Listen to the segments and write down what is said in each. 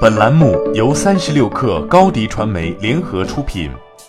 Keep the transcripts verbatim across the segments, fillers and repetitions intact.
本栏目由三十六氪高迪传媒联合出品。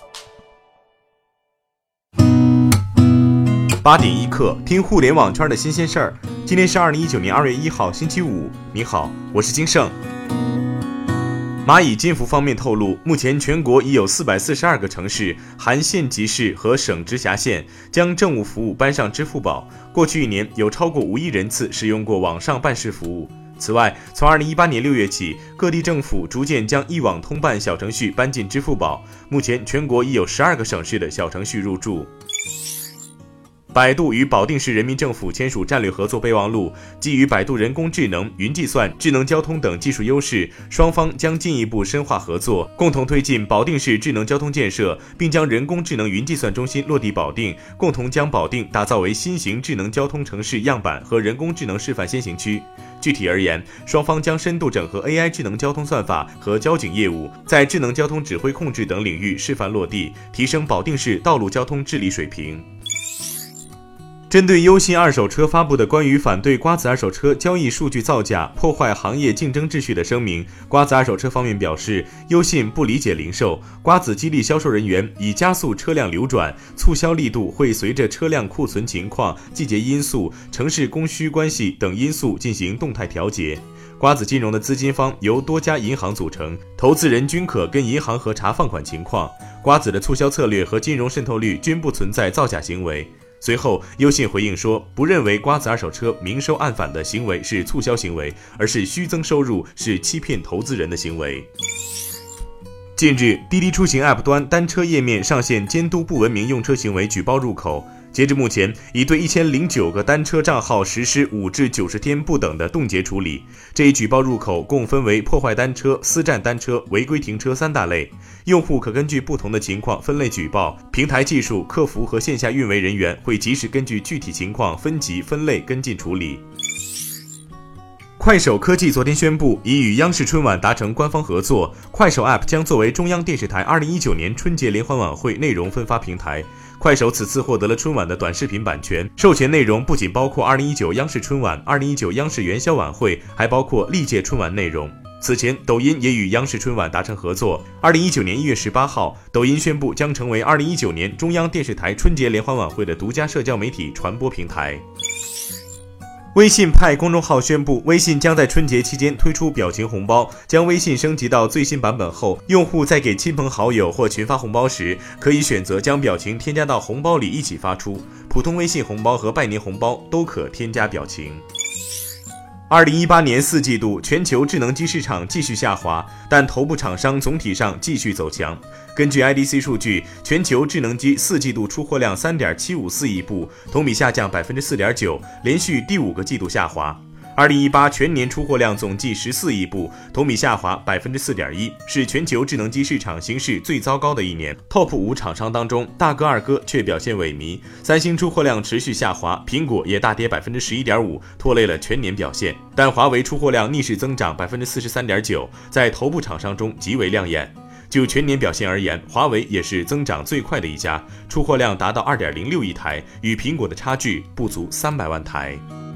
八点一刻，听互联网圈的新鲜事儿。今天是二零一九年二月一号，星期五。你好，我是金盛。蚂蚁金服方面透露，目前全国已有四百四十二个城市含县级市和省直辖县将政务服务搬上支付宝。过去一年，有超过五亿人次使用过网上办事服务。此外，从二零一八年六月起，各地政府逐渐将一网通办小程序搬进支付宝。目前，全国已有十二个省市的小程序入驻。百度与保定市人民政府签署战略合作备忘录，基于百度人工智能、云计算、智能交通等技术优势，双方将进一步深化合作，共同推进保定市智能交通建设，并将人工智能云计算中心落地保定，共同将保定打造为新型智能交通城市样板和人工智能示范先行区。具体而言，双方将深度整合 A I 智能交通算法和交警业务，在智能交通指挥控制等领域示范落地，提升保定市道路交通治理水平。针对优信二手车发布的关于反对瓜子二手车交易数据造假、破坏行业竞争秩序的声明，瓜子二手车方面表示，优信不理解零售，瓜子激励销售人员以加速车辆流转，促销力度会随着车辆库存情况、季节因素、城市供需关系等因素进行动态调节。瓜子金融的资金方由多家银行组成，投资人均可跟银行核查放款情况。瓜子的促销策略和金融渗透率均不存在造假行为。随后，优信回应说，不认为瓜子二手车明收暗返的行为是促销行为，而是虚增收入，是欺骗投资人的行为。近日，滴滴出行 App 端单车页面上线监督不文明用车行为举报入口。截至目前，已对一千零九个单车账号实施五至九十天不等的冻结处理。这一举报入口共分为破坏单车、私占单车、违规停车三大类。用户可根据不同的情况分类举报，平台技术、客服和线下运维人员会及时根据具体情况分级分类跟进处理。快手科技昨天宣布，已与央视春晚达成官方合作，快手 App 将作为中央电视台二零一九年春节联欢晚会内容分发平台。快手此次获得了春晚的短视频版权，授权内容不仅包括二零一九央视春晚、二零一九央视元宵晚会，还包括历届春晚内容。此前，抖音也与央视春晚达成合作。二零一九年一月十八号，抖音宣布将成为二零一九年中央电视台春节联欢晚会的独家社交媒体传播平台。微信派公众号宣布，微信将在春节期间推出表情红包，将微信升级到最新版本后，用户在给亲朋好友或群发红包时，可以选择将表情添加到红包里一起发出。普通微信红包和拜年红包都可添加表情。二零一八年四季度，全球智能机市场继续下滑，但头部厂商总体上继续走强。根据 I D C 数据，全球智能机四季度出货量 三点七五四亿部，同比下降 百分之四点九， 连续第五个季度下滑。二零一八全年出货量总计十四亿部，同比下滑 百分之四点一， 是全球智能机市场形势最糟糕的一年。 Top 五厂商当中，大哥二哥却表现萎靡，三星出货量持续下滑，苹果也大跌 百分之十一点五， 拖累了全年表现。但华为出货量逆势增长 百分之四十三点九， 在头部厂商中极为亮眼。就全年表现而言，华为也是增长最快的一家，出货量达到 二点零六亿台，与苹果的差距不足三百万台。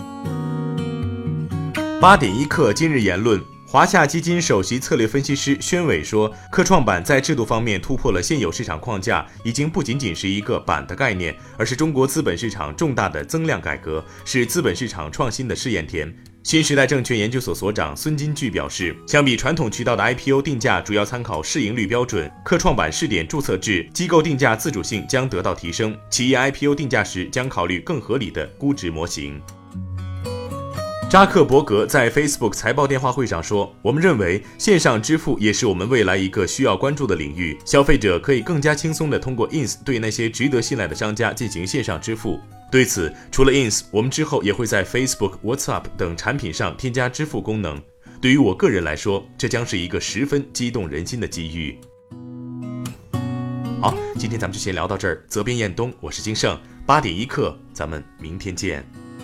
八点一刻今日言论，华夏基金首席策略分析师宣伟说，科创板在制度方面突破了现有市场框架，已经不仅仅是一个板的概念，而是中国资本市场重大的增量改革，是资本市场创新的试验田。新时代证券研究所所长孙金巨表示，相比传统渠道的 I P O 定价主要参考市盈率标准，科创板试点注册制，机构定价自主性将得到提升，企业 I P O 定价时将考虑更合理的估值模型。扎克伯格在 Facebook 财报电话会上说，我们认为线上支付也是我们未来一个需要关注的领域，消费者可以更加轻松地通过 Ins 对那些值得信赖的商家进行线上支付。对此，除了 Ins， 我们之后也会在 Facebook、WhatsApp 等产品上添加支付功能。对于我个人来说，这将是一个十分激动人心的机遇。好，今天咱们就先聊到这儿。责编：彦东，我是金盛，八点一刻，咱们明天见。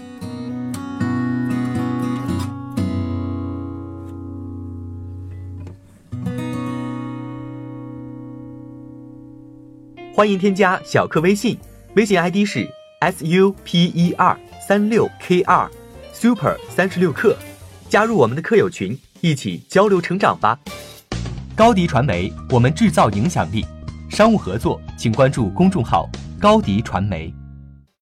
欢迎添加小课微信，微信 I D 是 S U P E R 三六 K 二 Super 三十六课，加入我们的课友群， 一起交流成长吧。高迪传媒，我们制造影响力。商务合作请关注公众号高迪传媒。